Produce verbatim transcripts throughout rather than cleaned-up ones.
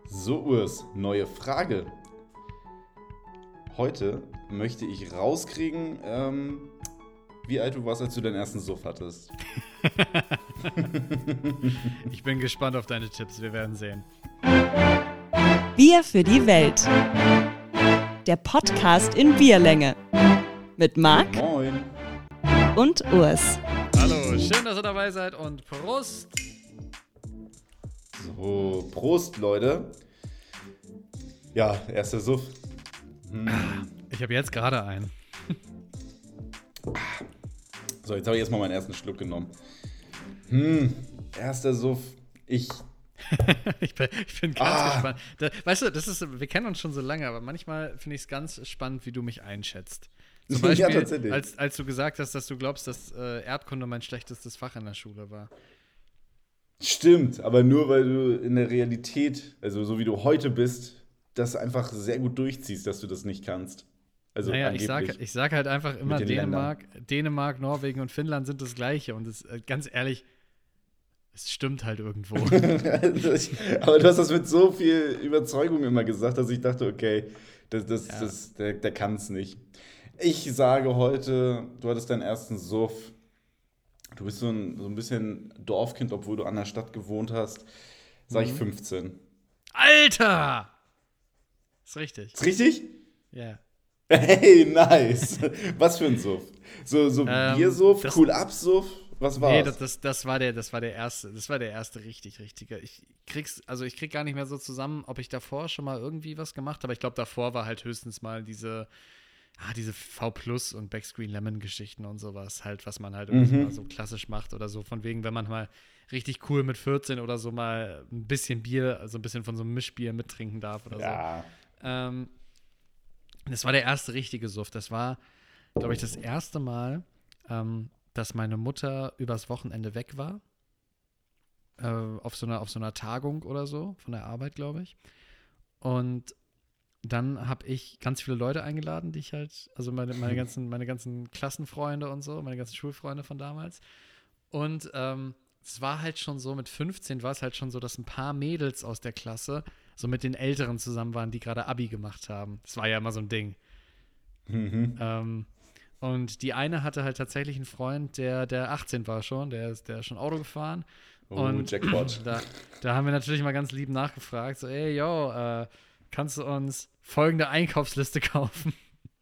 So, Urs, neue Frage. Heute möchte ich rauskriegen, ähm, wie alt du warst, als du deinen ersten Suff hattest. Ich bin gespannt auf deine Tipps, wir werden sehen. Bier für die Welt. Der Podcast in Bierlänge. Mit Marc Moin. und Urs. Hallo, schön, dass ihr dabei seid und Prost! So, Prost, Leute. Ja, erster Suff. Hm. Ich habe jetzt gerade einen. So, jetzt habe ich erstmal meinen ersten Schluck genommen. Hm, erster Suff. Ich. ich, bin, ich bin ganz Ah. gespannt. Da, weißt du, das ist, wir kennen uns schon so lange, aber manchmal finde ich es ganz spannend, wie du mich einschätzt. Zum Beispiel, Ja, tatsächlich. als, als du gesagt hast, dass du glaubst, dass äh, Erdkunde mein schlechtestes Fach in der Schule war. Stimmt, aber nur weil du in der Realität, also so wie du heute bist, das einfach sehr gut durchziehst, dass du das nicht kannst. Also Naja, ich angeblich. sag, ich sag halt einfach immer, den Dänemark, Dänemark, Norwegen und Finnland sind das Gleiche. Und es, äh, ganz ehrlich, es stimmt halt irgendwo. Also ich, aber du hast das mit so viel Überzeugung immer gesagt, dass ich dachte, okay, das, das, Ja. das, der, der kann es nicht. Ich sage heute, du hattest deinen ersten Suff. Du bist so ein, so ein bisschen Dorfkind, obwohl du an der Stadt gewohnt hast. Sag ich Mhm. fünfzehn. Alter! Ist richtig. Ist richtig? Ja. Hey, nice. Was für ein Suff? So, so Ähm, Biersuff, das- cool Absuff? Was war's? Nee, das, das, das, war der, das war der erste. Das war der erste richtig, richtige. Ich krieg's, also ich krieg gar nicht mehr so zusammen, ob ich davor schon mal irgendwie was gemacht habe. Aber ich glaube, davor war halt höchstens mal diese, ah, diese V Plus und Backscreen Lemon Geschichten und sowas, halt, was man halt irgendwie Mhm. mal so klassisch macht oder so. Von wegen, wenn man mal richtig cool mit vierzehn oder so mal ein bisschen Bier, also ein bisschen von so einem Mischbier mittrinken darf oder so. Ja. Ähm, das war der erste richtige Suff. Das war, glaube ich, das erste Mal, ähm, dass meine Mutter übers Wochenende weg war. Äh, auf so einer, auf so einer Tagung oder so, von der Arbeit, glaube ich. Und dann habe ich ganz viele Leute eingeladen, die ich halt, also meine, meine, ganzen, meine ganzen Klassenfreunde und so, meine ganzen Schulfreunde von damals. Und ähm, es war halt schon so, mit fünfzehn war es halt schon so, dass ein paar Mädels aus der Klasse so mit den Älteren zusammen waren, die gerade Abi gemacht haben. Das war ja immer so ein Ding. Mhm. Ähm, und die eine hatte halt tatsächlich einen Freund, der, der achtzehn war schon, der ist, der ist schon Auto gefahren. Oh, Und Jackpot. Da, da haben wir natürlich mal ganz lieb nachgefragt, so, ey, yo, äh, kannst du uns folgende Einkaufsliste kaufen?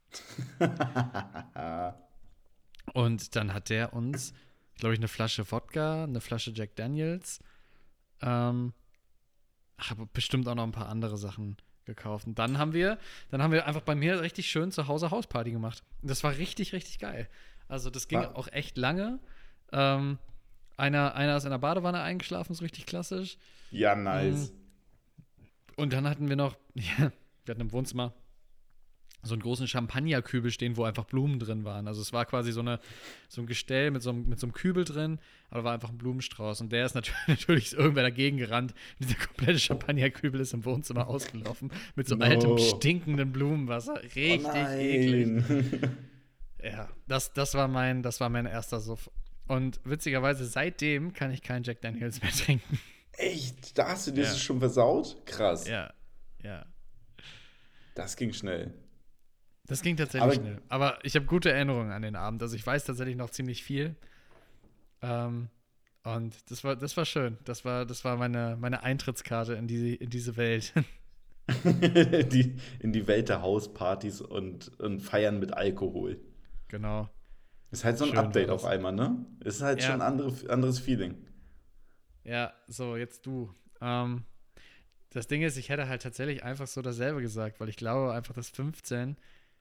Und dann hat der uns, glaube ich, eine Flasche Wodka, eine Flasche Jack Daniels, ähm, ach, aber bestimmt auch noch ein paar andere Sachen gekauft. Und dann haben wir, dann haben wir einfach bei mir richtig schön zu Hause Hausparty gemacht. Und das war richtig, richtig geil. Also das ging War- auch echt lange. Ähm, einer, einer ist in der Badewanne eingeschlafen, so richtig klassisch. Ja, nice. Und dann hatten wir noch, ja, wir hatten im Wohnzimmer so einen großen Champagnerkübel stehen, wo einfach Blumen drin waren. Also es war quasi so, eine, so ein Gestell mit so, einem, mit so einem Kübel drin, aber war einfach ein Blumenstrauß. Und der ist natürlich, natürlich ist irgendwer dagegen gerannt. Dieser komplette Champagnerkübel ist im Wohnzimmer ausgelaufen mit so No. altem, stinkenden Blumenwasser. Richtig Oh nein. eklig. Ja, das, das, war mein, das war mein erster Suff. Und witzigerweise, seitdem kann ich keinen Jack Daniels mehr trinken. Echt? Da hast du dir Ja. das schon versaut? Krass. Ja, ja. Das ging schnell. Das ging tatsächlich Aber- schnell. Aber ich habe gute Erinnerungen an den Abend. Also ich weiß tatsächlich noch ziemlich viel. Ähm, und das war, das war schön. Das war, das war meine, meine Eintrittskarte in, die, in diese Welt. die, in die Welt der Hauspartys und, und Feiern mit Alkohol. Genau. Ist halt so ein Schön war Update das. auf einmal, ne? Ist halt Ja. schon ein andere, anderes Feeling. Ja, so, jetzt du. Ähm, das Ding ist, ich hätte halt tatsächlich einfach so dasselbe gesagt, weil ich glaube einfach, dass fünfzehn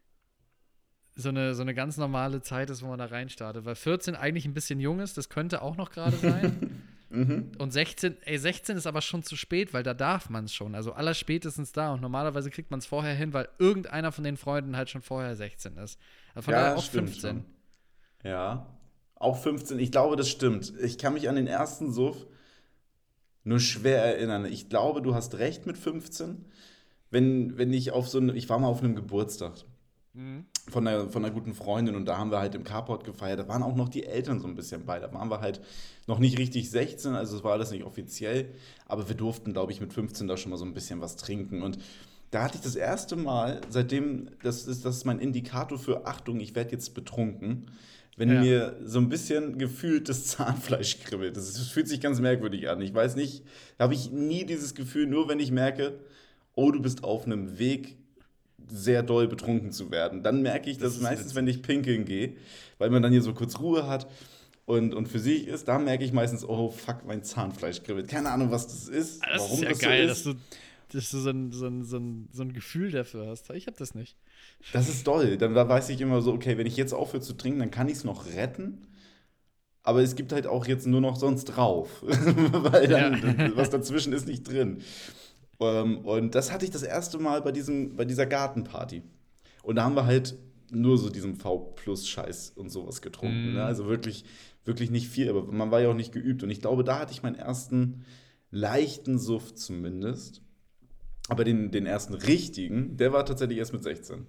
so eine, so eine ganz normale Zeit ist, wo man da reinstartet. Weil vierzehn eigentlich ein bisschen jung ist, das könnte auch noch gerade sein. Mhm. Und sechzehn, ey, sechzehn ist aber schon zu spät, weil da darf man es schon. Also allerspätestens da. Und normalerweise kriegt man es vorher hin, weil irgendeiner von den Freunden halt schon vorher sechzehn ist. Also von daher auch stimmt fünfzehn. schon. Ja. Auch fünfzehn, ich glaube, das stimmt. Ich kann mich an den ersten Suff nur schwer erinnern. Ich glaube, du hast recht mit fünfzehn. Wenn, wenn ich auf so einem, ich war mal auf einem Geburtstag. Mhm. von einer, von einer guten Freundin und da haben wir halt im Carport gefeiert. Da waren auch noch die Eltern so ein bisschen bei. Da waren wir halt noch nicht richtig sechzehn, also es war alles nicht offiziell, aber wir durften, glaube ich, mit fünfzehn da schon mal so ein bisschen was trinken. Und da hatte ich das erste Mal, seitdem, das ist, das ist mein Indikator für Achtung, ich werde jetzt betrunken, wenn Ja. mir so ein bisschen gefühlt das Zahnfleisch kribbelt. Das, ist, das fühlt sich ganz merkwürdig an. Ich weiß nicht, da habe ich nie dieses Gefühl, nur wenn ich merke, oh, du bist auf einem Weg, sehr doll betrunken zu werden. Dann merke ich Das das, ist meistens, witzig. wenn ich pinkeln gehe, weil man dann hier so kurz Ruhe hat und, und für sich ist, da merke ich meistens, oh fuck, mein Zahnfleisch kribbelt. Keine Ahnung, was das ist, Das warum ist ja das geil, so dass ist. du, dass du so ein, so, ein, so, ein, so ein Gefühl dafür hast. Ich habe das nicht. Das ist doll. Dann da weiß ich immer so, okay, wenn ich jetzt aufhöre zu trinken, dann kann ich es noch retten. Aber es gibt halt auch jetzt nur noch sonst drauf. Weil dann, Ja. was dazwischen ist, nicht drin. Ähm, und das hatte ich das erste Mal bei, diesem, bei dieser Gartenparty. Und da haben wir halt nur so diesen V-Plus-Scheiß und sowas getrunken. Ne? Mm. Also wirklich, wirklich nicht viel, aber man war ja auch nicht geübt. Und ich glaube, da hatte ich meinen ersten leichten Suff zumindest. Aber den, den ersten richtigen, der war tatsächlich erst mit sechzehn.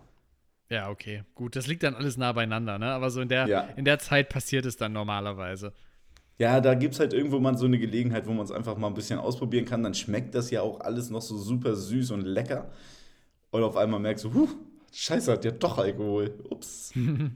Ja, okay. Gut, das liegt dann alles nah beieinander, ne? Aber so in der, Ja. in der Zeit passiert es dann normalerweise. Ja, da gibt es halt irgendwo mal so eine Gelegenheit, wo man es einfach mal ein bisschen ausprobieren kann. Dann schmeckt das ja auch alles noch so super süß und lecker. Und auf einmal merkst du, huh, Scheiße, hat ja doch Alkohol. Ups.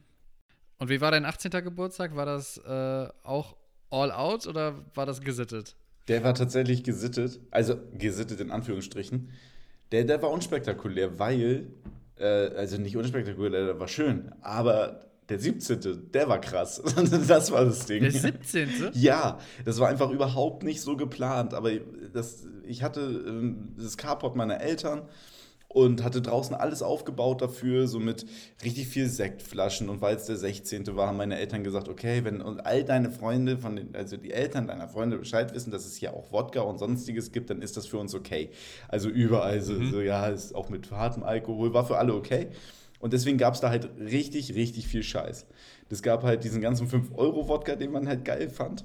Und wie war dein achtzehnten Geburtstag? War das äh, auch all out oder war das gesittet? Der war tatsächlich gesittet, also gesittet in Anführungsstrichen. Der, der war unspektakulär, weil, äh, also nicht unspektakulär, der war schön, aber der siebzehnte, der war krass. Das war das Ding. Der siebzehnte? Ja, das war einfach überhaupt nicht so geplant, aber das, ich hatte ähm, das Carport meiner Eltern und hatte draußen alles aufgebaut dafür, so mit richtig viel Sektflaschen. Und weil es der sechzehnte war, haben meine Eltern gesagt, okay, wenn und all deine Freunde, von den, also die Eltern deiner Freunde Bescheid wissen, dass es hier auch Wodka und Sonstiges gibt, dann ist das für uns okay. Also überall so, Mhm. so ja, ist auch mit hartem Alkohol, war für alle okay. Und deswegen gab es da halt richtig, richtig viel Scheiß. Das gab halt diesen ganzen fünf Euro Wodka, den man halt geil fand.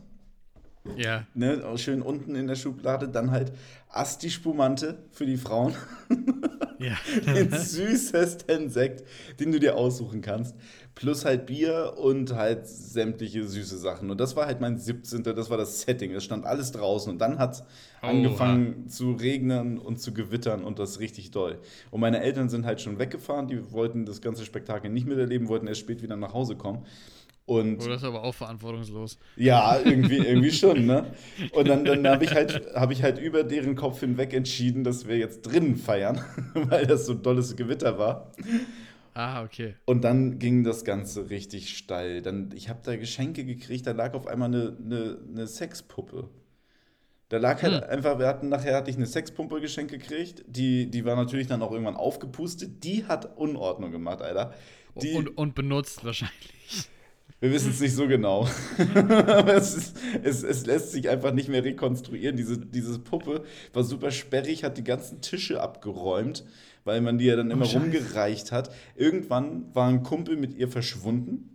Ja. Ne, auch schön unten in der Schublade. Dann halt Asti Spumante für die Frauen. Ja. Den süßesten Sekt, den du dir aussuchen kannst. Plus halt Bier und halt sämtliche süße Sachen. Und das war halt mein siebzehnter Das war das Setting. Es stand alles draußen. Und dann hat es Oha. angefangen zu regnen und zu gewittern und das richtig doll. Und meine Eltern sind halt schon weggefahren. Die wollten das ganze Spektakel nicht miterleben, wollten erst spät wieder nach Hause kommen. Und Oh, das ist aber auch verantwortungslos. ja, irgendwie, irgendwie schon, ne? Und dann, dann habe ich, halt, hab ich halt über deren Kopf hinweg entschieden, dass wir jetzt drinnen feiern, weil das so ein tolles Gewitter war. Ah, okay. Und dann ging das Ganze richtig steil. Dann, ich habe da Geschenke gekriegt, da lag auf einmal eine, eine, eine Sexpuppe. Da lag halt Hm. einfach, wir hatten, nachher hatte ich eine Sexpumpe geschenkt gekriegt, die, die war natürlich dann auch irgendwann aufgepustet, die hat Unordnung gemacht, Alter. Die, Und, und benutzt wahrscheinlich. Wir wissen es nicht so genau. Aber es, ist, es, es lässt sich einfach nicht mehr rekonstruieren. Diese, diese Puppe war super sperrig, hat die ganzen Tische abgeräumt, weil man die ja dann immer Scheiße. rumgereicht hat. Irgendwann war ein Kumpel mit ihr verschwunden.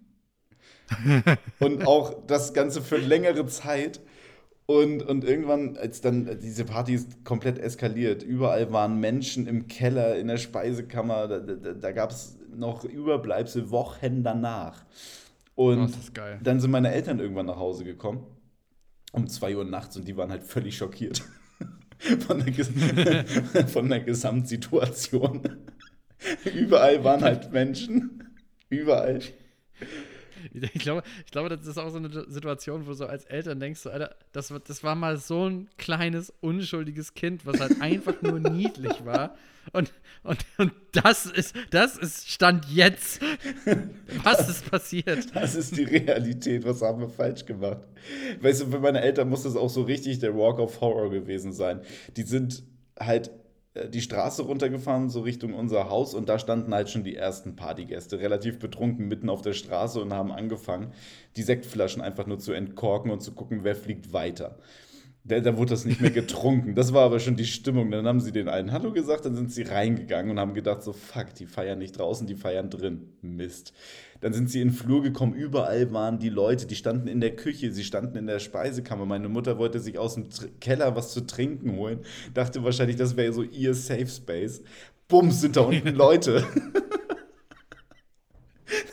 Und auch das Ganze für längere Zeit. Und, und irgendwann, als dann diese Party ist komplett eskaliert. Überall waren Menschen im Keller, in der Speisekammer. Da, da, da gab es noch Überbleibsel Wochen danach. Und Oh, ist das geil. dann sind meine Eltern irgendwann nach Hause gekommen. Um zwei Uhr nachts und die waren halt völlig schockiert. Von der, Ges- von der Gesamtsituation. Überall waren halt Menschen. Überall. Ich glaube, ich glaube, das ist auch so eine Situation, wo du so als Eltern denkst, so, Alter, das, war- das war mal so ein kleines, unschuldiges Kind, was halt einfach nur niedlich war. Und, und, und das ist, das ist Stand jetzt. Was ist passiert? Das ist die Realität. Was haben wir falsch gemacht? Weißt du, für meine Eltern muss das auch so richtig der Walk of Horror gewesen sein. Die sind halt äh, die Straße runtergefahren, so Richtung unser Haus. Und da standen halt schon die ersten Partygäste, relativ betrunken, mitten auf der Straße und haben angefangen, die Sektflaschen einfach nur zu entkorken und zu gucken, wer fliegt weiter. Da, da wurde das nicht mehr getrunken. Das war aber schon die Stimmung. Dann haben sie den einen Hallo gesagt, dann sind sie reingegangen und haben gedacht, so fuck, die feiern nicht draußen, die feiern drin. Mist. Dann sind sie in den Flur gekommen, überall waren die Leute, die standen in der Küche, sie standen in der Speisekammer. Meine Mutter wollte sich aus dem Tr- Keller was zu trinken holen, dachte wahrscheinlich, das wäre so ihr Safe Space. Bums, sind da unten Leute.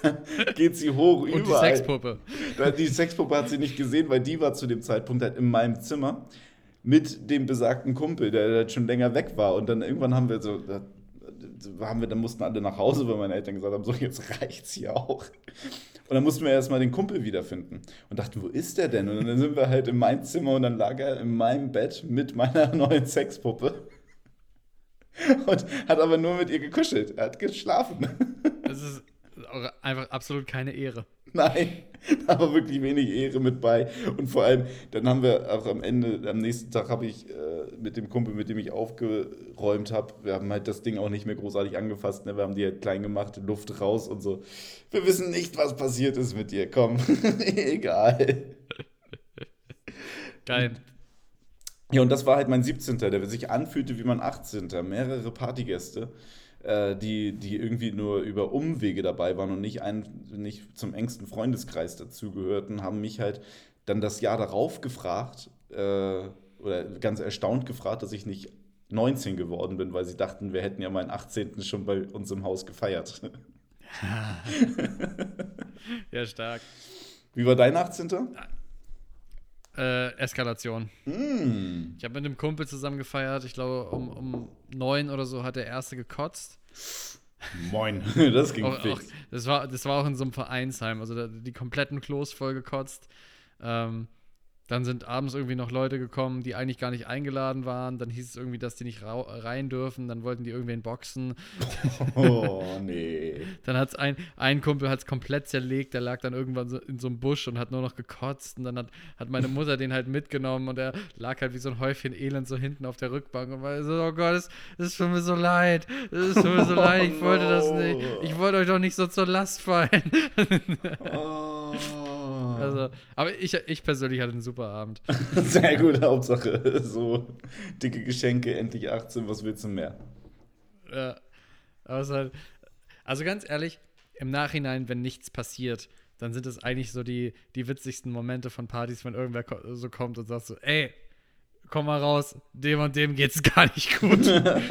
geht sie hoch Und überall. die Sexpuppe. Die Sexpuppe hat sie nicht gesehen, weil die war zu dem Zeitpunkt halt in meinem Zimmer mit dem besagten Kumpel, der halt schon länger weg war. Und dann irgendwann haben wir so, da haben wir, dann mussten alle nach Hause, weil meine Eltern gesagt haben, so, jetzt reicht's hier auch. Und dann mussten wir erstmal den Kumpel wiederfinden und dachten, wo ist der denn? Und dann sind wir halt in mein Zimmer und dann lag er in meinem Bett mit meiner neuen Sexpuppe und hat aber nur mit ihr gekuschelt. Er hat geschlafen. Das ist auch einfach absolut keine Ehre. Nein, aber wirklich wenig Ehre mit bei. Und vor allem, dann haben wir auch am Ende, am nächsten Tag habe ich äh, mit dem Kumpel, mit dem ich aufgeräumt habe, wir haben halt das Ding auch nicht mehr großartig angefasst, ne? Wir haben die halt klein gemacht, Luft raus und so. Wir wissen nicht, was passiert ist mit dir, komm, egal. Geil. Ja, und das war halt mein siebzehnter, der sich anfühlte wie mein achtzehnter Mehrere Partygäste, äh, die, die irgendwie nur über Umwege dabei waren und nicht, ein, nicht zum engsten Freundeskreis dazugehörten, haben mich halt dann das Jahr darauf gefragt, äh, oder ganz erstaunt gefragt, dass ich nicht neunzehn geworden bin, weil sie dachten, wir hätten ja meinen achtzehnten schon bei uns im Haus gefeiert. Ja, stark. Wie war dein achtzehnter? Äh, Eskalation. Mm. Ich habe mit einem Kumpel zusammen gefeiert. Ich glaube, um, um neun oder so hat der Erste gekotzt. Moin, das ging Auch, auch, fix. das, war, das war auch in so einem Vereinsheim. Also da, die kompletten Klos voll gekotzt. Ähm, dann sind abends irgendwie noch Leute gekommen, die eigentlich gar nicht eingeladen waren. Dann hieß es irgendwie, dass die nicht ra- rein dürfen. Dann wollten die irgendwen boxen. Oh, nee. Dann hat ein, ein Kumpel hat's komplett zerlegt, der lag dann irgendwann so in so einem Busch und hat nur noch gekotzt. Und dann hat, hat meine Mutter den halt mitgenommen und er lag halt wie so ein Häufchen Elend so hinten auf der Rückbank und war so, oh Gott, es, es tut mir so leid, es tut mir so leid, ich wollte das nicht, ich wollte euch doch nicht so zur Last fallen. Oh. Also, aber ich, ich persönlich hatte einen super Abend. Sehr gut, Hauptsache. So dicke Geschenke, endlich achtzehn, was willst du mehr? Ja, aber es ist halt, also ganz ehrlich, im Nachhinein, wenn nichts passiert, dann sind es eigentlich so die, die witzigsten Momente von Partys, wenn irgendwer ko- so kommt und sagt so, ey, komm mal raus, dem und dem geht's gar nicht gut.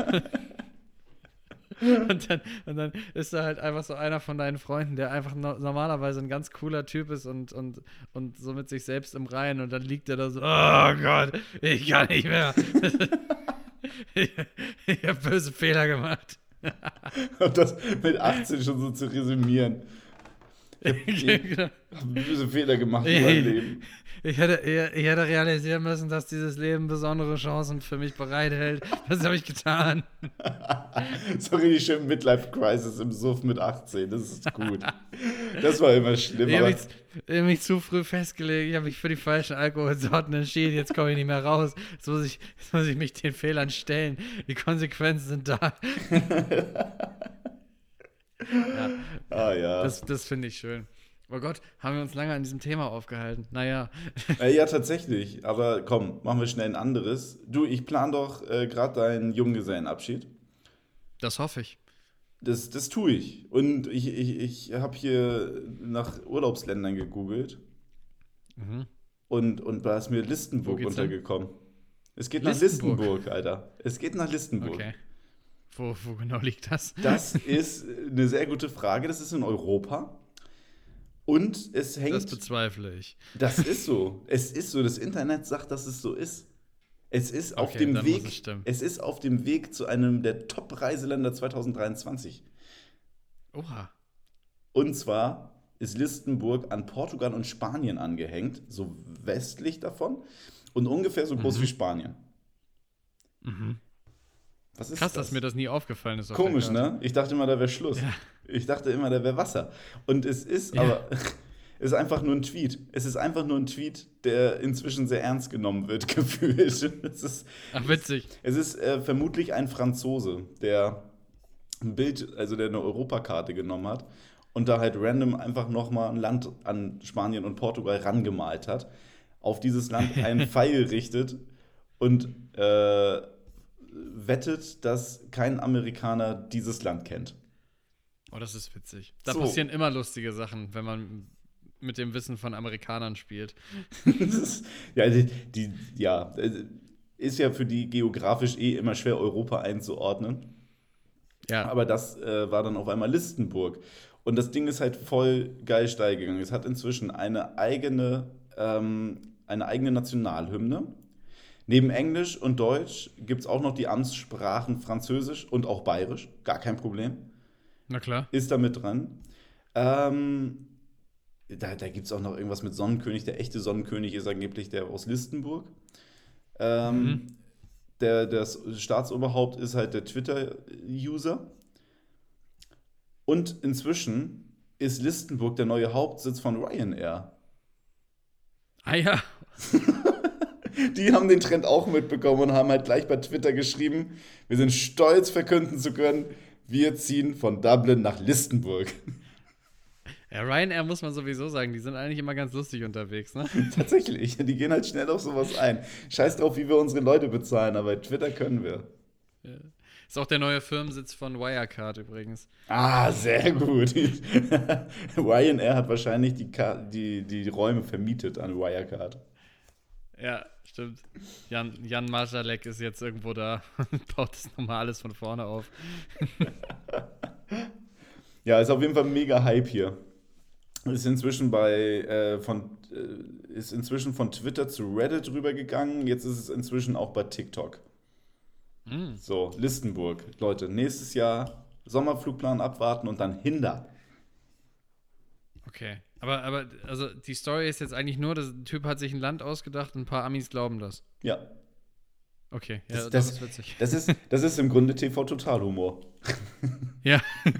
Und dann, und dann ist da halt einfach so einer von deinen Freunden, der einfach no- normalerweise ein ganz cooler Typ ist und, und, und so mit sich selbst im Reinen und dann liegt er da so, oh Gott, ich kann nicht mehr. ich ich habe böse Fehler gemacht. Und das mit achtzehn schon so zu resümieren. Ich Genau. habe böse Fehler gemacht in meinem Leben. Ich hätte, ich hätte realisieren müssen, dass dieses Leben besondere Chancen für mich bereithält. Was habe ich getan? So richtig schön Midlife-Crisis im Suff mit achtzehn, das ist gut. Das war immer schlimm. Ich habe Aber mich, ich hab mich zu früh festgelegt. Ich habe mich für die falschen Alkoholsorten entschieden. Jetzt komme ich nicht mehr raus. Jetzt muss ich, jetzt muss ich mich den Fehlern stellen. Die Konsequenzen sind da. Ja, ah ja. das, das finde ich schön. Oh Gott, haben wir uns lange an diesem Thema aufgehalten. Naja. Äh, ja, tatsächlich. Aber komm, machen wir schnell ein anderes. Du, ich plan doch äh, gerade deinen Junggesellenabschied. Das hoffe ich. Das, das tue ich. Und ich, ich, ich habe hier nach Urlaubsländern gegoogelt. Mhm. Und, und da ist mir Wo Listenburg geht's untergekommen. Es geht nach Listenburg? Listenburg, Alter. Es geht nach Listenburg. Okay. Wo, wo genau liegt das? Das ist eine sehr gute Frage. Das ist in Europa. Und es hängt. Das bezweifle ich. Das ist so. Es ist so. Das Internet sagt, dass es so ist. Es ist auf Okay, dem dann muss Weg. es stimmen. Es ist auf dem Weg zu einem der Top-Reiseländer zwanzig dreiundzwanzig. Oha. Und zwar ist Listenburg an Portugal und Spanien angehängt, so westlich davon und ungefähr so groß Mhm. wie Spanien. Mhm. Was ist Krass, das? dass mir das nie aufgefallen ist. auf Komisch, der Karte. ne? Ich dachte immer, da wäre Schluss. Ja. Ich dachte immer, da wäre Wasser. Und es ist Ja. aber, es ist einfach nur ein Tweet. Es ist einfach nur ein Tweet, der inzwischen sehr ernst genommen wird, gefühlt. Es ist, Ach, witzig. es ist äh, vermutlich ein Franzose, der ein Bild, also der eine Europakarte genommen hat und da halt random einfach nochmal ein Land an Spanien und Portugal rangemalt hat, auf dieses Land einen Pfeil richtet und äh, wettet, dass kein Amerikaner dieses Land kennt. Oh, das ist witzig. Da So. passieren immer lustige Sachen, wenn man mit dem Wissen von Amerikanern spielt. Das ist, ja, die, die, ja, äh, ist ja für die geografisch eh immer schwer, Europa einzuordnen. Ja. Aber das äh, war dann auf einmal Listenburg. Und das Ding ist halt voll geil steil gegangen. Es hat inzwischen eine eigene, ähm, eine eigene Nationalhymne. Neben Englisch und Deutsch gibt es auch noch die Amtssprachen Französisch und auch Bayerisch. Gar kein Problem. Na klar. Ist da mit dran. Ähm, da da gibt es auch noch irgendwas mit Sonnenkönig. Der echte Sonnenkönig ist angeblich der aus Listenburg. Ähm, Mhm. der, das Staatsoberhaupt ist halt der Twitter-User. Und inzwischen ist Listenburg der neue Hauptsitz von Ryanair. Ah ja. Die haben den Trend auch mitbekommen und haben halt gleich bei Twitter geschrieben, wir sind stolz verkünden zu können, wir ziehen von Dublin nach Listenburg. Ja, Ryanair muss man sowieso sagen, die sind eigentlich immer ganz lustig unterwegs, ne? Tatsächlich, die gehen halt schnell auf sowas ein. Scheiß drauf, wie wir unsere Leute bezahlen, aber Twitter können wir. Ja. Ist auch der neue Firmensitz von Wirecard übrigens. Ah, sehr gut. Ryanair hat wahrscheinlich die, Ka- die, die Räume vermietet an Wirecard. Ja, stimmt. Jan, Jan Marschalek ist jetzt irgendwo da und baut das nochmal alles von vorne auf. Ja, ist auf jeden Fall mega Hype hier. Ist inzwischen bei äh, von äh, ist inzwischen von Twitter zu Reddit rübergegangen. Jetzt ist es inzwischen auch bei TikTok. Mm. So, Listenburg. Leute, nächstes Jahr Sommerflugplan abwarten und dann hinter. Okay. Aber, aber also die Story ist jetzt eigentlich nur, dass ein Typ hat sich ein Land ausgedacht und ein paar Amis glauben das. Ja. Okay, ja, Das, das, das, ist witzig. das, ist, das ist im Grunde T V-Total-Humor. Ja.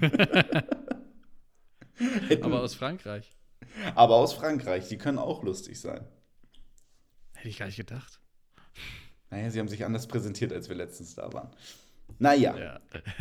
Hätten- Aber aus Frankreich. Aber aus Frankreich, die können auch lustig sein. Hätte ich gar nicht gedacht. Naja, sie haben sich anders präsentiert, als wir letztens da waren. Naja, Ja.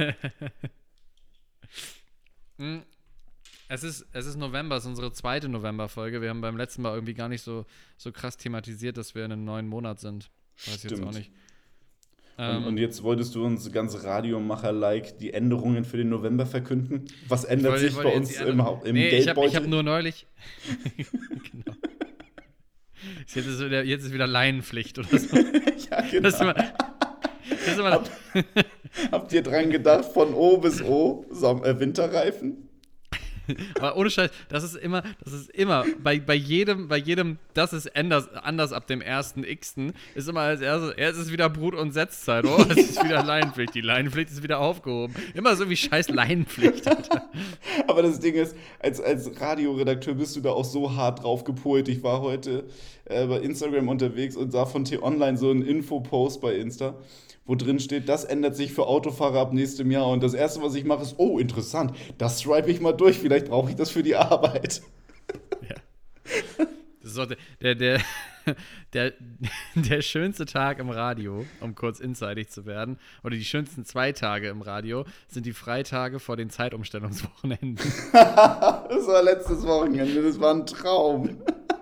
Hm. Es ist, es ist November, es ist unsere zweite November-Folge. Wir haben beim letzten Mal irgendwie gar nicht so, so krass thematisiert, dass wir in einem neuen Monat sind. Weiß ich jetzt Stimmt. auch nicht. und, Ähm, und jetzt wolltest du uns ganz Radiomacher-like die Änderungen für den November verkünden? Was ändert wollte- sich wollte bei jetzt uns die im, andere- Hau- im nee, ich habe Geldbeutel? hab nur neulich. Genau. Jetzt ist, wieder, jetzt ist wieder Laienpflicht oder so. Ja, genau. Das ist immer, das ist immer Hab- Habt ihr dran gedacht, von O bis O, Som äh, Winterreifen? Aber ohne Scheiß, das ist immer, das ist immer, bei, bei jedem, bei jedem, das ist anders, anders ab dem ersten Xten, ist immer als erstes, erst ist wieder Brut- und Setzzeit, oh, es ist wieder Laienpflicht, die Laienpflicht ist wieder aufgehoben. Immer so wie scheiß Laienpflicht, Alter. Aber das Ding ist, als, als Radioredakteur bist du da auch so hart drauf gepolt. Ich war heute äh, bei Instagram unterwegs und sah von T-Online so einen Infopost bei Insta, wo drin steht, das ändert sich für Autofahrer ab nächstem Jahr. Und das Erste, was ich mache, ist, oh, interessant, das swipe ich mal durch, vielleicht brauche ich das für die Arbeit. Ja. Das ist auch der, der, der, der, der schönste Tag im Radio, um kurz insidig zu werden, oder die schönsten zwei Tage im Radio, sind die Freitage vor den Zeitumstellungswochenenden. Das war letztes Wochenende, das war ein Traum.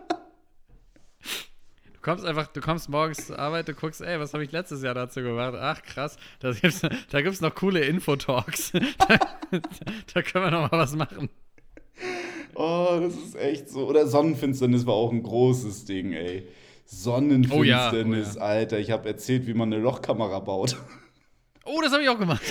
Du kommst einfach, du kommst morgens zur Arbeit, du guckst, ey, was habe ich letztes Jahr dazu gemacht? Ach, krass, da gibt's, da gibt's noch coole Infotalks. Da, da können wir noch mal was machen. Oh, das ist echt so. Oder Sonnenfinsternis war auch ein großes Ding, ey. Sonnenfinsternis, Oh ja, oh ja. Alter. Ich habe erzählt, wie man eine Lochkamera baut. Oh, das habe ich auch gemacht.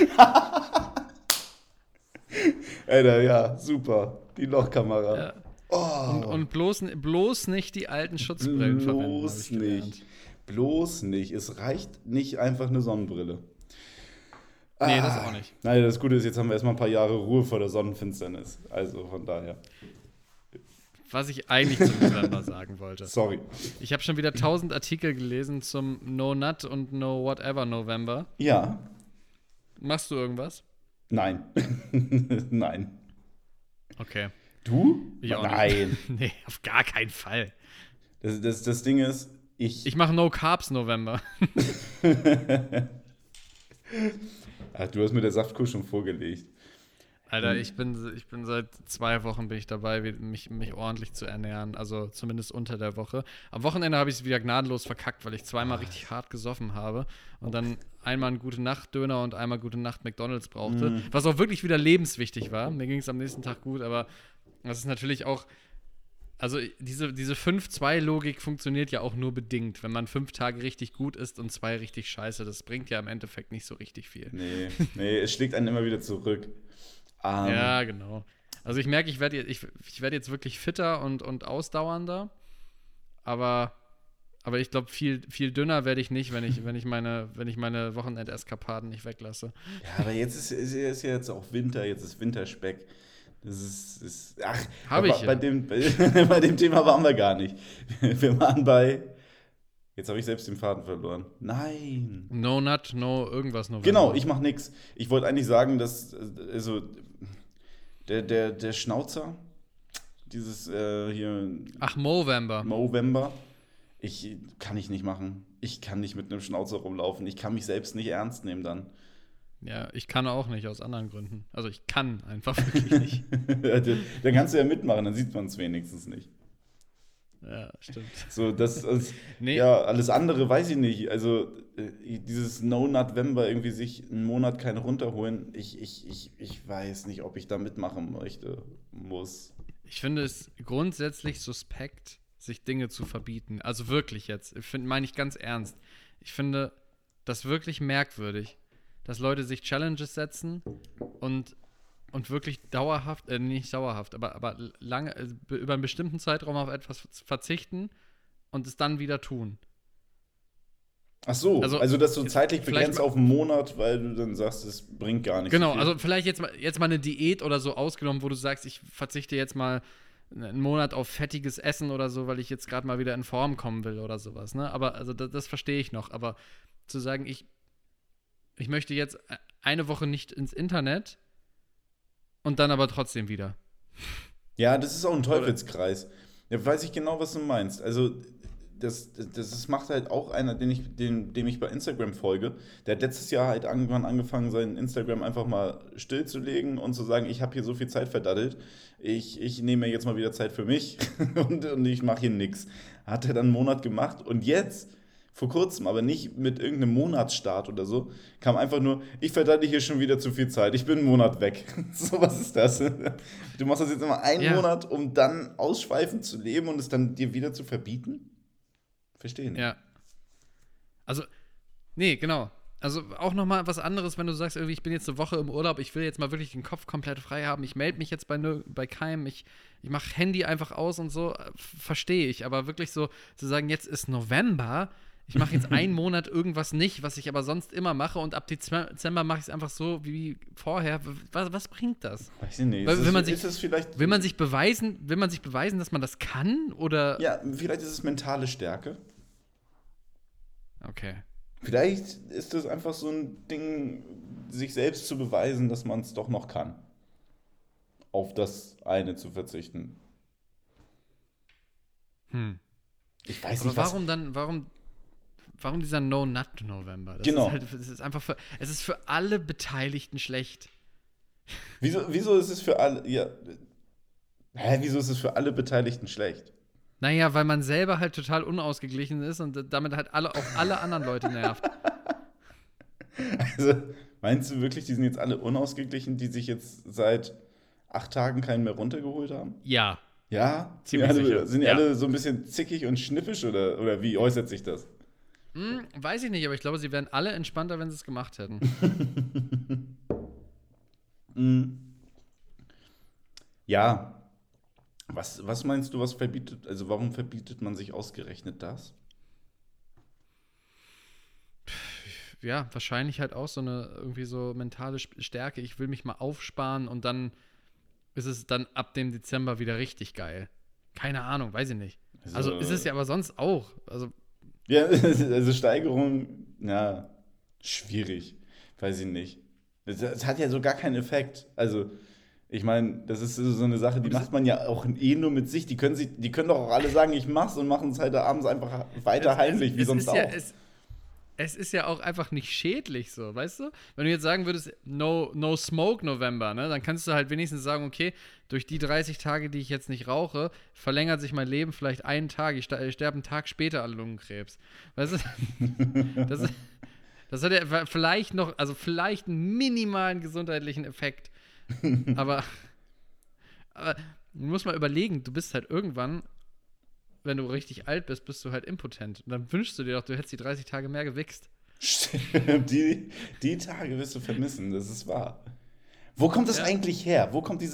Alter, ja, super. Die Lochkamera. Ja. Oh, Und, und bloß, bloß nicht die alten Schutzbrillen verwenden. hab bloß ich gelernt. nicht. Bloß nicht. Es reicht nicht einfach eine Sonnenbrille. Nee, das Ah. auch nicht. Nein, das Gute ist, jetzt haben wir erstmal ein paar Jahre Ruhe vor der Sonnenfinsternis. Also von daher. Was ich eigentlich zum November sagen wollte. Sorry. Ich habe schon wieder tausend Artikel gelesen zum No Nut und No Whatever November. Ja. Machst du irgendwas? Nein. Nein. Okay. Du? Ich auch Nein. nicht. Nee, auf gar keinen Fall. Das, das, das Ding ist, ich. Ich mache No Carbs November. Ach, du hast mir der Saftkuh schon vorgelegt. Alter, ich bin, ich bin seit zwei Wochen bin ich dabei, wie- mich, mich ordentlich zu ernähren. Also zumindest unter der Woche. Am Wochenende habe ich es wieder gnadenlos verkackt, weil ich zweimal richtig hart gesoffen habe und dann einmal einen Gute-Nacht-Döner und einmal Gute-Nacht-McDonalds brauchte. Was auch wirklich wieder lebenswichtig war. Mir ging es am nächsten Tag gut, aber das ist natürlich auch. Also diese, diese fünf zwei Logik funktioniert ja auch nur bedingt. Wenn man fünf Tage richtig gut ist und zwei richtig scheiße, das bringt ja im Endeffekt nicht so richtig viel. Nee, nee, es schlägt einen immer wieder zurück. Ähm, Ja, genau. Also ich merke, ich werde ich, ich werd jetzt wirklich fitter und, und ausdauernder, aber, aber ich glaube, viel, viel dünner werde ich nicht, wenn ich, wenn ich meine, wenn ich meine Wochenendeskapaden nicht weglasse. Ja, aber jetzt ist, ist, ist ja jetzt auch Winter, jetzt ist Winterspeck. Das ist, ist ach, Hab bei, ich ja. bei, dem, bei, bei dem Thema waren wir gar nicht. Wir waren bei, jetzt habe ich selbst den Faden verloren. Nein. No Nut, no irgendwas November. Genau, ich mache nix. Ich wollte eigentlich sagen, dass, also, der, der, der Schnauzer, dieses äh, hier, Ach, Movember. Movember, ich kann ich nicht machen. Ich kann nicht mit einem Schnauzer rumlaufen. Ich kann mich selbst nicht ernst nehmen dann. Ja, ich kann auch nicht, aus anderen Gründen. Also ich kann einfach wirklich nicht. Dann kannst du ja mitmachen, dann sieht man es wenigstens nicht. Ja, stimmt. So, das ist, Nee. ja, alles andere weiß ich nicht. Also, äh, dieses No-November, irgendwie sich einen Monat keine runterholen, ich, ich, ich, ich weiß nicht, ob ich da mitmachen möchte, muss. Ich finde es grundsätzlich suspekt, sich Dinge zu verbieten. Also wirklich jetzt. Ich finde, meine ich ganz ernst. Ich finde das wirklich merkwürdig, dass Leute sich Challenges setzen und, und wirklich dauerhaft, äh, nicht dauerhaft, aber, aber lange, äh, über einen bestimmten Zeitraum auf etwas verzichten und es dann wieder tun. Ach so, Also, also, dass du jetzt zeitlich vielleicht begrenzt mal- auf einen Monat, weil du dann sagst, es bringt gar nichts. Genau, viel. also vielleicht jetzt mal, jetzt mal eine Diät oder so ausgenommen, wo du sagst, ich verzichte jetzt mal einen Monat auf fettiges Essen oder so, weil ich jetzt gerade mal wieder in Form kommen will oder sowas, ne? Aber also das, das verstehe ich noch. Aber zu sagen, ich, ich möchte jetzt eine Woche nicht ins Internet und dann aber trotzdem wieder. Ja, das ist auch ein Teufelskreis. Da weiß ich genau, was du meinst. Also, das, das, das macht halt auch einer, den ich, dem, dem ich bei Instagram folge. Der hat letztes Jahr halt irgendwann angefangen, sein Instagram einfach mal stillzulegen und zu sagen, ich habe hier so viel Zeit verdattelt, ich, ich nehme mir jetzt mal wieder Zeit für mich und, und ich mache hier nichts. Hat er dann einen Monat gemacht und jetzt, vor kurzem, aber nicht mit irgendeinem Monatsstart oder so, kam einfach nur, ich verdattel hier schon wieder zu viel Zeit, ich bin einen Monat weg. So, was ist das? Du machst das jetzt immer einen Ja. Monat, um dann ausschweifend zu leben und es dann dir wieder zu verbieten? Verstehe nicht. Ja. Also, nee, genau. Also auch noch mal was anderes, wenn du sagst, irgendwie, ich bin jetzt eine Woche im Urlaub, ich will jetzt mal wirklich den Kopf komplett frei haben, ich melde mich jetzt bei, nö- bei keinem, ich, ich mache Handy einfach aus und so, äh, verstehe ich. Aber wirklich so zu sagen, jetzt ist November, ich mache jetzt einen Monat irgendwas nicht, was ich aber sonst immer mache und ab Dezember mache ich es einfach so wie vorher. Was, was bringt das? Weiß ich nicht. Weil, ist, wenn man es, sich- ist es vielleicht, Will man sich beweisen, will man sich beweisen, dass man das kann? Oder. ja, vielleicht ist es mentale Stärke. Okay. Vielleicht ist es einfach so ein Ding, sich selbst zu beweisen, dass man es doch noch kann. Auf das eine zu verzichten. Hm. Ich weiß Aber nicht, was. warum dann, warum, warum dieser No-Nut-November? Das Genau. Ist halt, das ist einfach für, es ist für alle Beteiligten schlecht. Wieso, wieso ist es für alle. Ja, hä, wieso ist es für alle Beteiligten schlecht? Naja, weil man selber halt total unausgeglichen ist und damit halt alle, auch alle anderen Leute nervt. Also, meinst du wirklich, die sind jetzt alle unausgeglichen, die sich jetzt seit acht Tagen keinen mehr runtergeholt haben? Ja. Ja? Ziemlich sind die alle, sicher. Sind die Ja. alle so ein bisschen zickig und schnippisch oder, oder wie äußert sich das? Hm, weiß ich nicht, aber ich glaube, sie wären alle entspannter, wenn sie es gemacht hätten. Ja. Was, was meinst du, was verbietet, also warum verbietet man sich ausgerechnet das? Ja, wahrscheinlich halt auch so eine irgendwie so mentale Sp- Stärke. Ich will mich mal aufsparen und dann ist es dann ab dem Dezember wieder richtig geil. Keine Ahnung, weiß ich nicht. Also, Also- ist es ja aber sonst auch. Also, Ja, also Steigerung, ja, schwierig. Weiß ich nicht. Es, es hat ja so gar keinen Effekt. Also, ich meine, das ist so eine Sache, die macht man ja auch eh nur mit sich. Die können, sich, die können doch auch alle sagen, ich mach's und machen es halt da abends einfach weiter heimlich, wie es sonst ist auch. ja, es, es ist ja auch einfach nicht schädlich so, weißt du? Wenn du jetzt sagen würdest, no, no smoke November, ne, dann kannst du halt wenigstens sagen, okay, durch die dreißig Tage, die ich jetzt nicht rauche, verlängert sich mein Leben vielleicht einen Tag. Ich, sta- ich sterbe einen Tag später an Lungenkrebs. Weißt du? Das, ist- das hat ja vielleicht noch, also vielleicht einen minimalen gesundheitlichen Effekt. Aber, aber du musst mal überlegen, du bist halt irgendwann, wenn du richtig alt bist, bist du halt impotent. Und dann wünschst du dir doch, du hättest die dreißig Tage mehr gewichst. Stimmt, die, die Tage wirst du vermissen, das ist wahr. Wo kommt das Ja. eigentlich her? Wo kommt dieses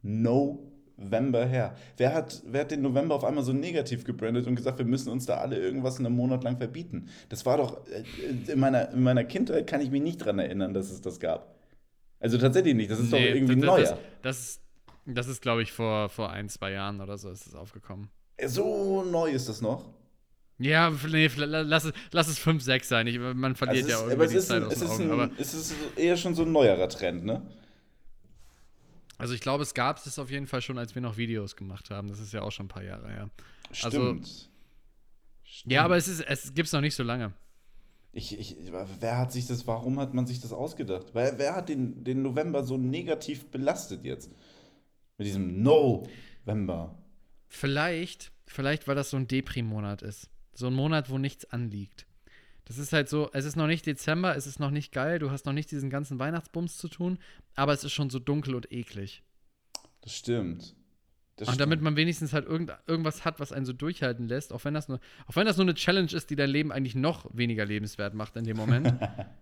November her. Wer hat, wer hat den November auf einmal so negativ gebrandet und gesagt, wir müssen uns da alle irgendwas einen Monat lang verbieten? Das war doch, äh, in meiner, in meiner Kindheit kann ich mich nicht dran erinnern, dass es das gab. Also tatsächlich nicht, das ist Nee, doch irgendwie das, neuer. Das, das ist, das ist glaube ich, vor, vor ein, zwei Jahren oder so ist es aufgekommen. So neu ist das noch. Ja, nee, lass es, lass es fünf, sechs sein. Ich, man verliert Also es ja ist, irgendwie aber es die ist, Zeit ein, aus es, den ist Augen. ein, Aber, es ist eher schon so ein neuerer Trend, ne? also ich glaube, es gab es auf jeden Fall schon, als wir noch Videos gemacht haben. Das ist ja auch schon ein paar Jahre her. Stimmt. Also, Stimmt. ja, aber es, ist, es gibt es noch nicht so lange. Ich, ich, wer hat sich das, warum hat man sich das ausgedacht? Wer, wer hat den, den November so negativ belastet jetzt? Mit diesem November. Vielleicht, vielleicht, weil das so ein Depri-Monat ist. So ein Monat, wo nichts anliegt. Das ist halt so, es ist noch nicht Dezember, es ist noch nicht geil, du hast noch nicht diesen ganzen Weihnachtsbums zu tun, aber es ist schon so dunkel und eklig. Das stimmt. Das Und stimmt. damit man wenigstens halt irgend, irgendwas hat, was einen so durchhalten lässt, auch wenn das nur, auch wenn das nur eine Challenge ist, die dein Leben eigentlich noch weniger lebenswert macht in dem Moment.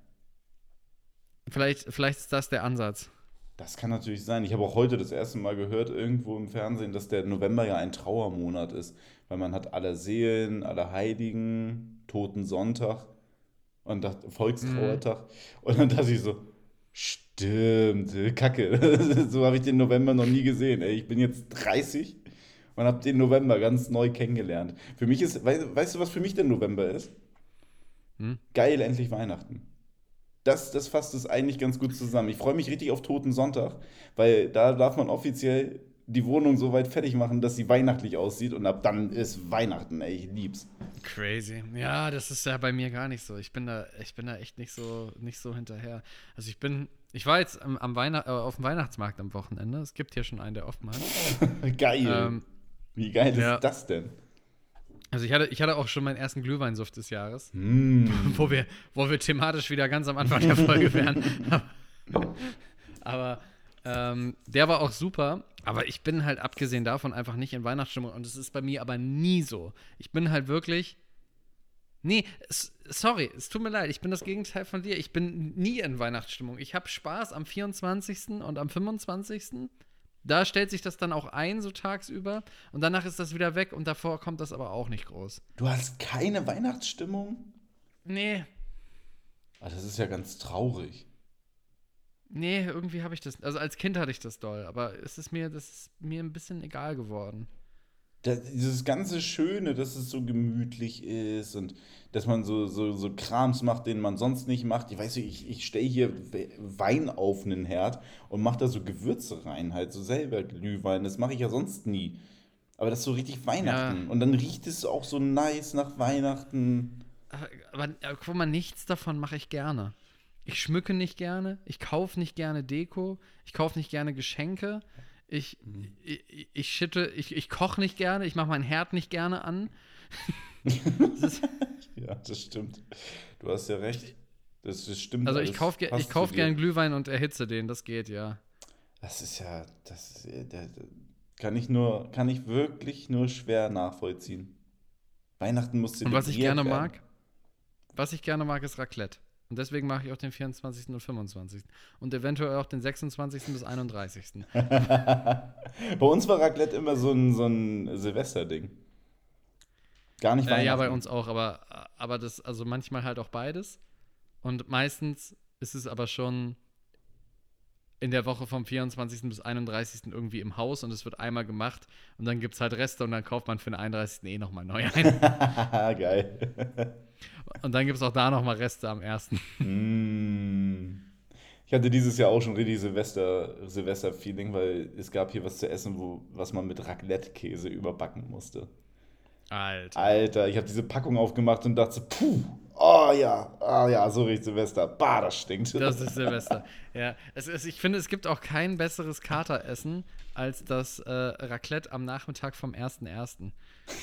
vielleicht, vielleicht ist das der Ansatz. Das kann natürlich sein. Ich habe auch heute das erste Mal gehört, irgendwo im Fernsehen, dass der November ja ein Trauermonat ist. Weil man hat aller Seelen, aller Heiligen, Totensonntag und dacht, Volkstrauertag. Und dann dachte ich so, stimmt, Kacke. So habe ich den November noch nie gesehen. Ey, ich bin jetzt dreißig und habe den November ganz neu kennengelernt. Für mich ist, weißt, weißt du, was für mich der November ist? Hm? Geil, endlich Weihnachten. Das, das fasst es eigentlich ganz gut zusammen. Ich freue mich richtig auf Totensonntag, weil da darf man offiziell die Wohnung so weit fertig machen, dass sie weihnachtlich aussieht und ab dann ist Weihnachten, ey, ich lieb's. Crazy. Ja, das ist ja bei mir gar nicht so. Ich bin da, ich bin da echt nicht so, nicht so hinterher. Also ich bin, ich war jetzt am, am Weihnacht, äh, auf dem Weihnachtsmarkt am Wochenende. Es gibt hier schon einen, der offen hat. Geil. Ähm, Wie geil ja. ist das denn? Also ich hatte, ich hatte auch schon meinen ersten Glühweinsuft des Jahres, Mm. wo wir, wo wir thematisch wieder ganz am Anfang der Folge wären. Aber ähm, der war auch super. Aber ich bin halt abgesehen davon einfach nicht in Weihnachtsstimmung. Und es ist bei mir aber nie so. Ich bin halt wirklich. Nee, s- sorry, es tut mir leid. Ich bin das Gegenteil von dir. Ich bin nie in Weihnachtsstimmung. Ich habe Spaß am vierundzwanzigsten und am fünfundzwanzigsten Da stellt sich das dann auch ein, so tagsüber. Und danach ist das wieder weg. Und davor kommt das aber auch nicht groß. Du hast keine Weihnachtsstimmung? Nee, Ah, das ist ja ganz traurig. nee, irgendwie habe ich das. Also als Kind hatte ich das doll. Aber es ist mir, das ist mir ein bisschen egal geworden. Das, dieses ganze Schöne, dass es so gemütlich ist und dass man so, so, so Krams macht, den man sonst nicht macht. Ich weiß nicht, ich, ich stelle hier We- Wein auf einen Herd und mache da so Gewürze rein, halt so selber Glühwein. Das mache ich ja sonst nie. Aber das ist so richtig Weihnachten. Ja. Und dann riecht es auch so nice nach Weihnachten. Aber, aber, aber guck mal, nichts davon mache ich gerne. Ich schmücke nicht gerne, ich kaufe nicht gerne Deko, ich kaufe nicht gerne Geschenke, ich, ich, ich schitte, ich, ich koche nicht gerne, ich mache meinen Herd nicht gerne an. Das ist, Ja, das stimmt. Du hast ja recht. Das, das stimmt. also ich alles. kaufe Passt ich kauf zu dir. gern Glühwein und erhitze den, das geht, ja. Das ist ja, das ist, äh, da- da- kann ich nur, kann ich wirklich nur schwer nachvollziehen. Weihnachten muss Und was ich zelebriert gerne werden. mag, was ich gerne mag, ist Raclette. Und deswegen mache ich auch den vierundzwanzigsten und fünfundzwanzigsten Und eventuell auch den sechsundzwanzigsten bis einunddreißigsten Bei uns war Raclette immer so ein, so ein Silvesterding. Gar nicht Äh, Weihnachten. ja, bei uns auch, aber, aber das, also manchmal halt auch beides. Und meistens ist es aber schon in der Woche vom vierundzwanzigsten bis einunddreißigsten irgendwie im Haus und es wird einmal gemacht und dann gibt es halt Reste und dann kauft man für den einunddreißigsten eh nochmal neu ein. Geil. Und dann gibt es auch da nochmal Reste am ersten Mm. Ich hatte dieses Jahr auch schon richtig Silvester, Silvester-Feeling, weil es gab hier was zu essen, wo, was man mit Raclette-Käse überbacken musste. Alter. Alter, ich habe diese Packung aufgemacht und dachte so, puh, oh ja, oh ja, so riecht Silvester. Bah, das stinkt. Das ist Silvester. Ja, es ist, ich finde, es gibt auch kein besseres Kateressen als das äh, Raclette am Nachmittag vom ersten ersten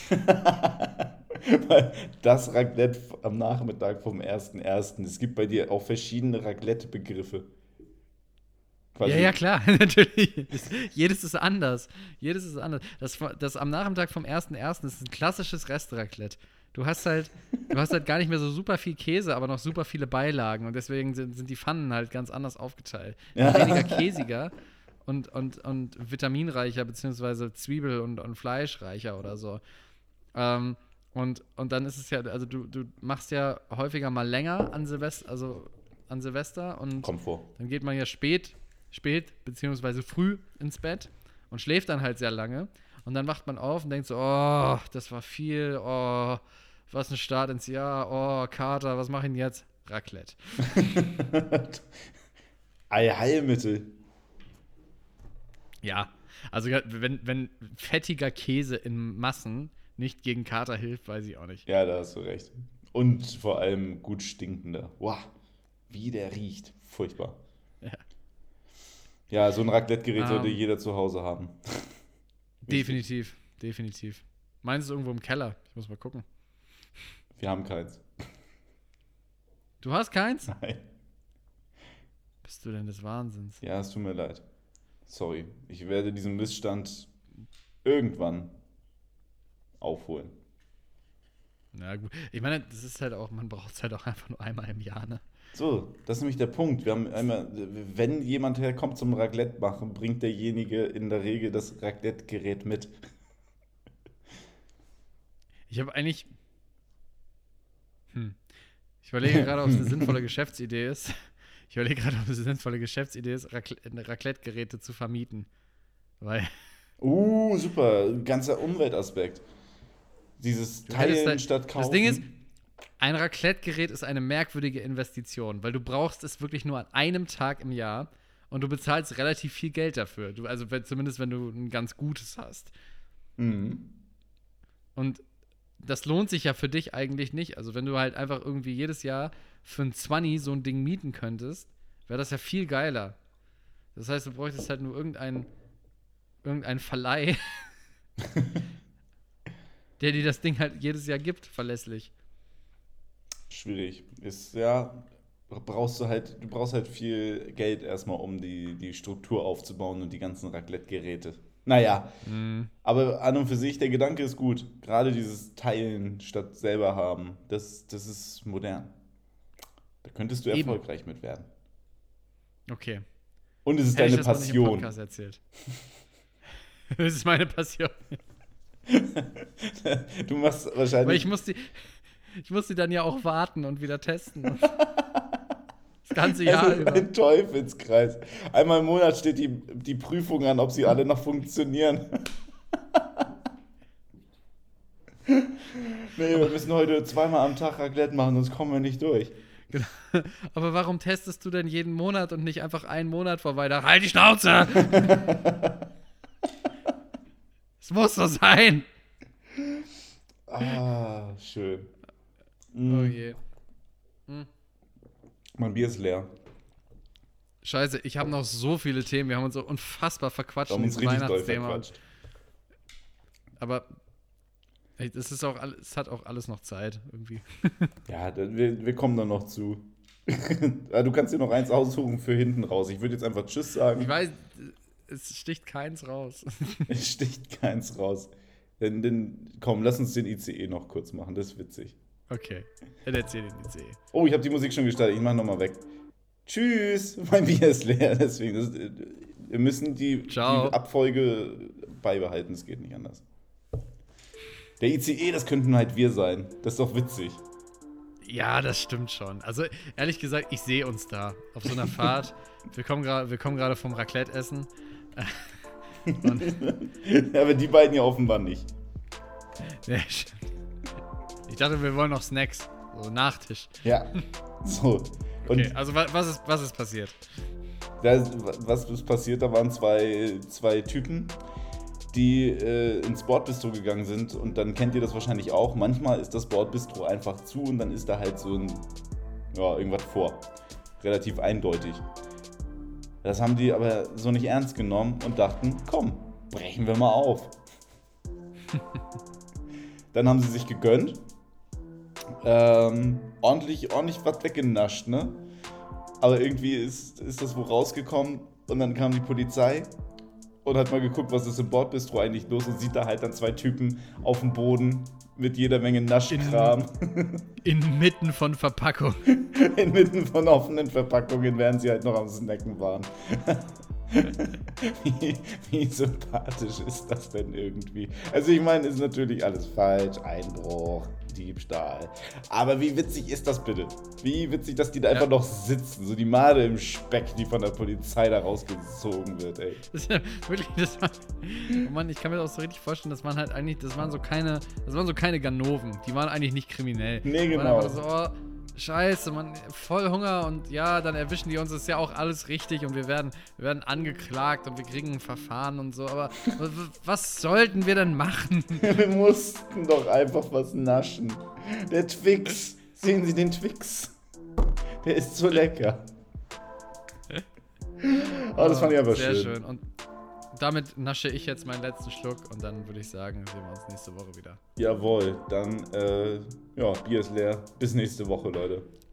Weil das Raclette am Nachmittag vom ersten ersten Es gibt bei dir auch verschiedene Raclette-Begriffe. Quasi. Ja, ja, klar, natürlich. Es, jedes ist anders. Jedes ist anders. Das, das am Nachmittag vom ersten ersten ist ein klassisches Restraclette. Du hast halt, du hast halt gar nicht mehr so super viel Käse, aber noch super viele Beilagen und deswegen sind, sind die Pfannen halt ganz anders aufgeteilt. Ja. Weniger käsiger und, und, und vitaminreicher, beziehungsweise Zwiebel- und, und Fleischreicher oder so. Ähm, und, und dann ist es ja, also du, du machst ja häufiger mal länger an Silvester, also an Silvester und Kommt vor. dann geht man ja spät, spät, beziehungsweise früh ins Bett und schläft dann halt sehr lange. Und dann wacht man auf und denkt so, oh, das war viel, oh, was ein Start ins Jahr, oh, Kater, was mach ich denn jetzt? Raclette. Allheilmittel. Ja, also wenn, wenn fettiger Käse in Massen nicht gegen Kater hilft, weiß ich auch nicht. Ja, da hast du recht. Und vor allem gut stinkender. Wow, wie der riecht. Furchtbar. Ja, Ja, so ein Raclette-Gerät Ähm. sollte jeder zu Hause haben. definitiv, definitiv. Meins ist irgendwo im Keller, ich muss mal gucken. Wir haben keins. Du hast keins? Nein. Bist du denn des Wahnsinns? Ja, es tut mir leid. Sorry. Ich werde diesen Missstand irgendwann aufholen. Na gut, ich meine, das ist halt auch, man braucht es halt auch einfach nur einmal im Jahr, ne? So, das ist nämlich der Punkt. Wir haben einmal, wenn jemand herkommt zum Raclette machen, bringt derjenige in der Regel das Raclette-Gerät mit. Ich habe eigentlich. Hm. Ich überlege gerade, ob es eine sinnvolle Geschäftsidee ist. Ich überlege gerade, ob es eine sinnvolle Geschäftsidee ist, Racle- Raclette-Geräte zu vermieten. Weil Uh, super. Ganzer Umweltaspekt. Dieses Du hättest Teilen da- statt kaufen. das Ding ist, ein Raclette-Gerät ist eine merkwürdige Investition, weil du brauchst es wirklich nur an einem Tag im Jahr und du bezahlst relativ viel Geld dafür. Du, also wenn, zumindest, wenn du ein ganz gutes hast. Mhm. Und das lohnt sich ja für dich eigentlich nicht. Also wenn du halt einfach irgendwie jedes Jahr für ein zwanzig so ein Ding mieten könntest, wäre das ja viel geiler. Das heißt, du bräuchtest halt nur irgendeinen irgendein Verleih, der dir das Ding halt jedes Jahr gibt, verlässlich. Schwierig. Ist ja, brauchst du halt, du brauchst halt viel Geld erstmal, um die, die Struktur aufzubauen und die ganzen Raclette-Geräte. Naja, Mhm. aber an und für sich, der Gedanke ist gut. Gerade dieses Teilen statt selber haben, das, das ist modern. Da könntest du Eben. erfolgreich mit werden. Okay. Und es ist Hätte ich deine das mal nicht im Passion. Podcast erzählt. Das ist meine Passion. Du machst Weil wahrscheinlich. ich muss die, ich muss die dann ja auch warten und wieder testen. Das ganze Jahr Es ist über. ein Teufelskreis. Einmal im Monat steht die, die Prüfung an, ob sie alle noch funktionieren. Nee, wir müssen heute zweimal am Tag Raclette machen, sonst kommen wir nicht durch. Genau. Aber warum testest du denn jeden Monat und nicht einfach einen Monat vor Weihnachten? Halt die Schnauze! Es muss so sein! Ah, schön. Oh Mm, je. mein Bier ist leer. Scheiße, ich habe noch so viele Themen. Wir haben uns so unfassbar verquatscht Wir haben in uns diesem richtig doll Weihnachtsthema. verquatscht. Aber ey, es ist auch alles, es hat auch alles noch Zeit irgendwie. Ja, da- wir, wir kommen da noch zu. Ja, du kannst dir noch eins aussuchen für hinten raus. Ich würde jetzt einfach Tschüss sagen. Ich weiß, es sticht keins raus. Es sticht keins raus. Denn, denn, komm, lass uns den I C E noch kurz machen. Das ist witzig. Okay, dann erzähl den I C E. Oh, ich habe die Musik schon gestartet. Ich mach nochmal weg. Tschüss. Mein Bier ist leer. Deswegen, das, wir müssen die, die Ciao. Abfolge beibehalten. Es geht nicht anders. Der I C E, das könnten halt wir sein. Das ist doch witzig. Ja, das stimmt schon. Also ehrlich gesagt, ich sehe uns da auf so einer Fahrt. Wir kommen gerade, wir kommen gerade vom Raclette-Essen. Und, Aber die beiden ja offenbar nicht. ja, stimmt. Ich dachte, wir wollen noch Snacks, so Nachtisch. Ja. So. Und Okay, also wa- was ist, was ist passiert? da ist, was ist passiert? Da waren zwei, zwei Typen, die äh, ins Bordbistro gegangen sind. Und dann kennt ihr das wahrscheinlich auch. Manchmal ist das Bordbistro einfach zu und dann ist da halt so ein, ja, irgendwas vor. Relativ eindeutig. Das haben die aber so nicht ernst genommen und dachten, komm, brechen wir mal auf. Dann haben sie sich gegönnt. Ähm, ordentlich, ordentlich was weggenascht, ne? Aber irgendwie ist, ist das wo rausgekommen und dann kam die Polizei und hat mal geguckt, was ist im Bordbistro eigentlich los und sieht da halt dann zwei Typen auf dem Boden mit jeder Menge Naschkram. Inmitten von Verpackung. Inmitten von offenen Verpackungen, während sie halt noch am Snacken waren. wie, wie sympathisch ist das denn irgendwie? Also ich meine, ist natürlich alles falsch, Einbruch, Diebstahl. Aber wie witzig ist das bitte? Wie witzig, dass die da einfach Ja. noch sitzen, so die Made im Speck, die von der Polizei da rausgezogen wird, ey. Das ist ja wirklich, das war, oh Mann, ich kann mir das auch so richtig vorstellen, das waren halt eigentlich, das waren so keine, das waren so keine Ganoven, die waren eigentlich nicht kriminell. Nee, Die waren genau. einfach so, oh, Scheiße, man, voll Hunger und ja, dann erwischen die uns, das ist ja auch alles richtig und wir werden, wir werden angeklagt und wir kriegen ein Verfahren und so, aber w- w- was sollten wir denn machen? Wir mussten doch einfach was naschen. Der Twix. Sehen Sie den Twix. Der ist so lecker. Oh, das fand ich einfach Sehr schön. schön. Und damit nasche ich jetzt meinen letzten Schluck und dann würde ich sagen, sehen wir uns nächste Woche wieder. Jawohl, dann, äh, ja, Bier ist leer. Bis nächste Woche, Leute.